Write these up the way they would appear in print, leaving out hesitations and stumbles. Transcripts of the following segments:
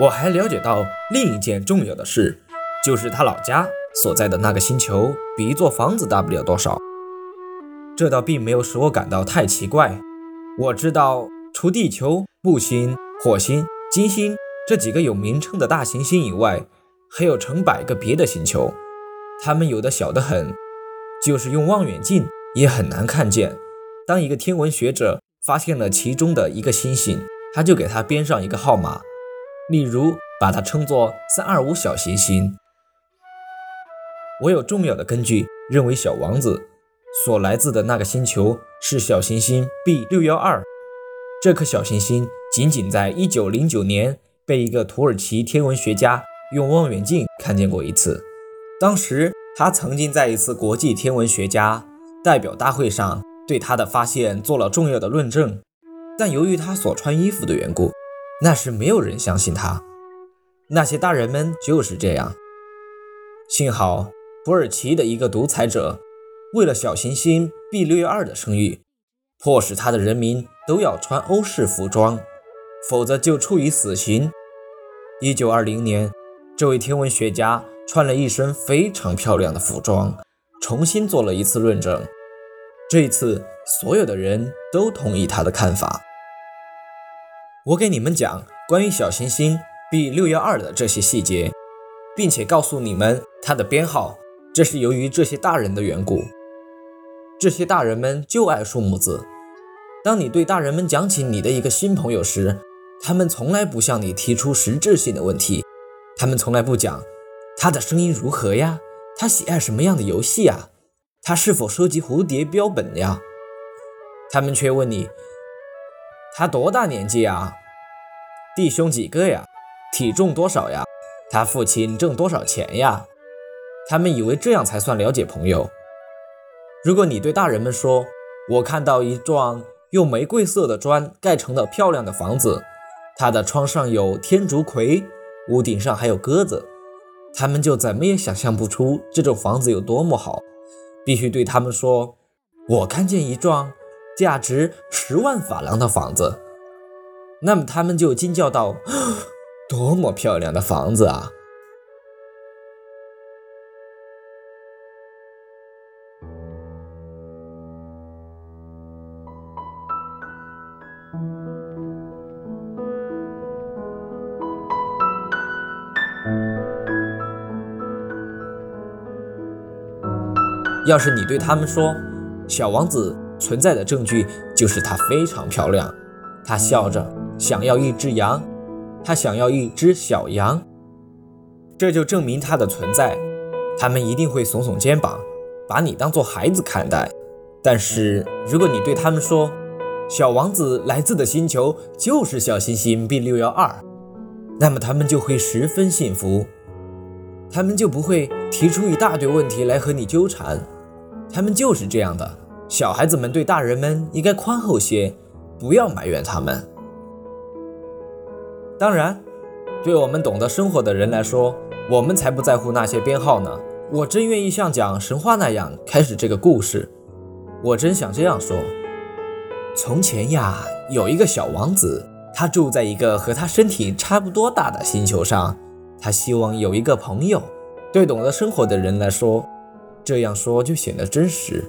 我还了解到另一件重要的事，就是他老家所在的那个星球比一座房子大不了多少。这倒并没有使我感到太奇怪。我知道除地球、木星、火星、金星这几个有名称的大行星以外，还有成百个别的星球，它们有的小得很，就是用望远镜也很难看见。当一个天文学者发现了其中的一个星星，他就给它编上一个号码，例如把它称作325小行星。我有重要的根据认为小王子所来自的那个星球是小行星 B612。 这颗小行星仅仅在1909年被一个土耳其天文学家用望远镜看见过一次。当时他曾经在一次国际天文学家代表大会上对他的发现做了重要的论证，但由于他所穿衣服的缘故，那时没有人相信他。那些大人们就是这样。幸好土耳其的一个独裁者为了小行星 B612 的声誉，迫使他的人民都要穿欧式服装，否则就处以死刑。1920年，这位天文学家穿了一身非常漂亮的服装，重新做了一次论证。这一次，所有的人都同意他的看法。我给你们讲关于小行星 B612 的这些细节，并且告诉你们它的编号，这是由于这些大人的缘故。这些大人们就爱数目字。当你对大人们讲起你的一个新朋友时，他们从来不向你提出实质性的问题。他们从来不讲他的声音如何呀，他喜爱什么样的游戏呀，他是否收集蝴蝶标本呀。他们却问你，他多大年纪呀，弟兄几个呀，体重多少呀，他父亲挣多少钱呀。他们以为这样才算了解朋友。如果你对大人们说，我看到一幢用玫瑰色的砖盖成的漂亮的房子，它的窗上有天竺葵，屋顶上还有鸽子，他们就怎么也想象不出这种房子有多么好。必须对他们说，我看见一幢价值10万法郎的房子，那么他们就惊叫道，多么漂亮的房子啊。要是你对他们说，小王子存在的证据就是她非常漂亮，她笑着想要一只羊，她想要一只小羊，这就证明她的存在，他们一定会耸耸肩膀，把你当作孩子看待。但是如果你对他们说，小王子来自的星球就是小行星 B612， 那么他们就会十分幸福，他们就不会提出一大堆问题来和你纠缠。他们就是这样的。小孩子们对大人们应该宽厚些，不要埋怨他们。当然，对我们懂得生活的人来说，我们才不在乎那些编号呢。我真愿意像讲神话那样开始这个故事。我真想这样说，从前呀，有一个小王子，他住在一个和他身体差不多大的星球上，他希望有一个朋友。对懂得生活的人来说，这样说就显得真实。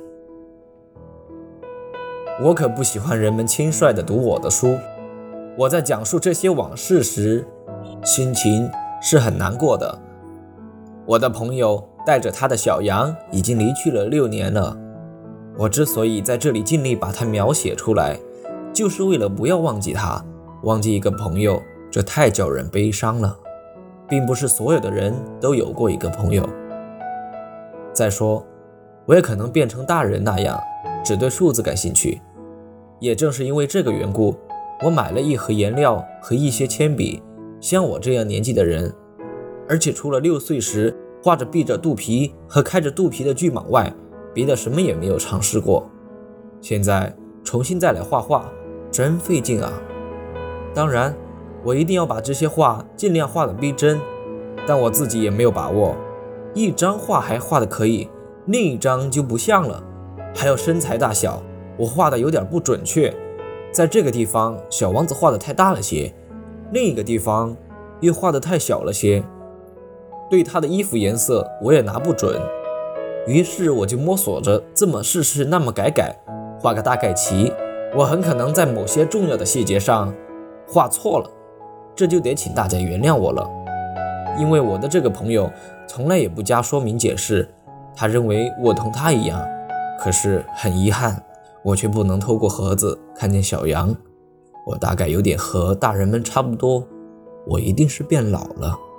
我可不喜欢人们轻率地读我的书。我在讲述这些往事时，心情是很难过的。我的朋友带着他的小羊已经离去了6年了。我之所以在这里尽力把它描写出来，就是为了不要忘记他。忘记一个朋友，这太叫人悲伤了。并不是所有的人都有过一个朋友。再说，我也可能变成大人那样，只对数字感兴趣。也正是因为这个缘故，我买了一盒颜料和一些铅笔，像我这样年纪的人。而且除了6岁时画着闭着肚皮和开着肚皮的巨蟒外，别的什么也没有尝试过。现在重新再来画画，真费劲啊。当然，我一定要把这些画尽量画得逼真，但我自己也没有把握。一张画还画得可以，另一张就不像了。还有身材大小，我画得有点不准确。在这个地方，小王子画得太大了些，另一个地方又画得太小了些，对他的衣服颜色我也拿不准，于是我就摸索着这么试试那么改，画个大概齐。我很可能在某些重要的细节上画错了，这就得请大家原谅我了。因为我的这个朋友从来也不加说明解释，他认为我同他一样。可是很遗憾，我却不能透过盒子看见小羊。我大概有点和大人们差不多，我一定是变老了。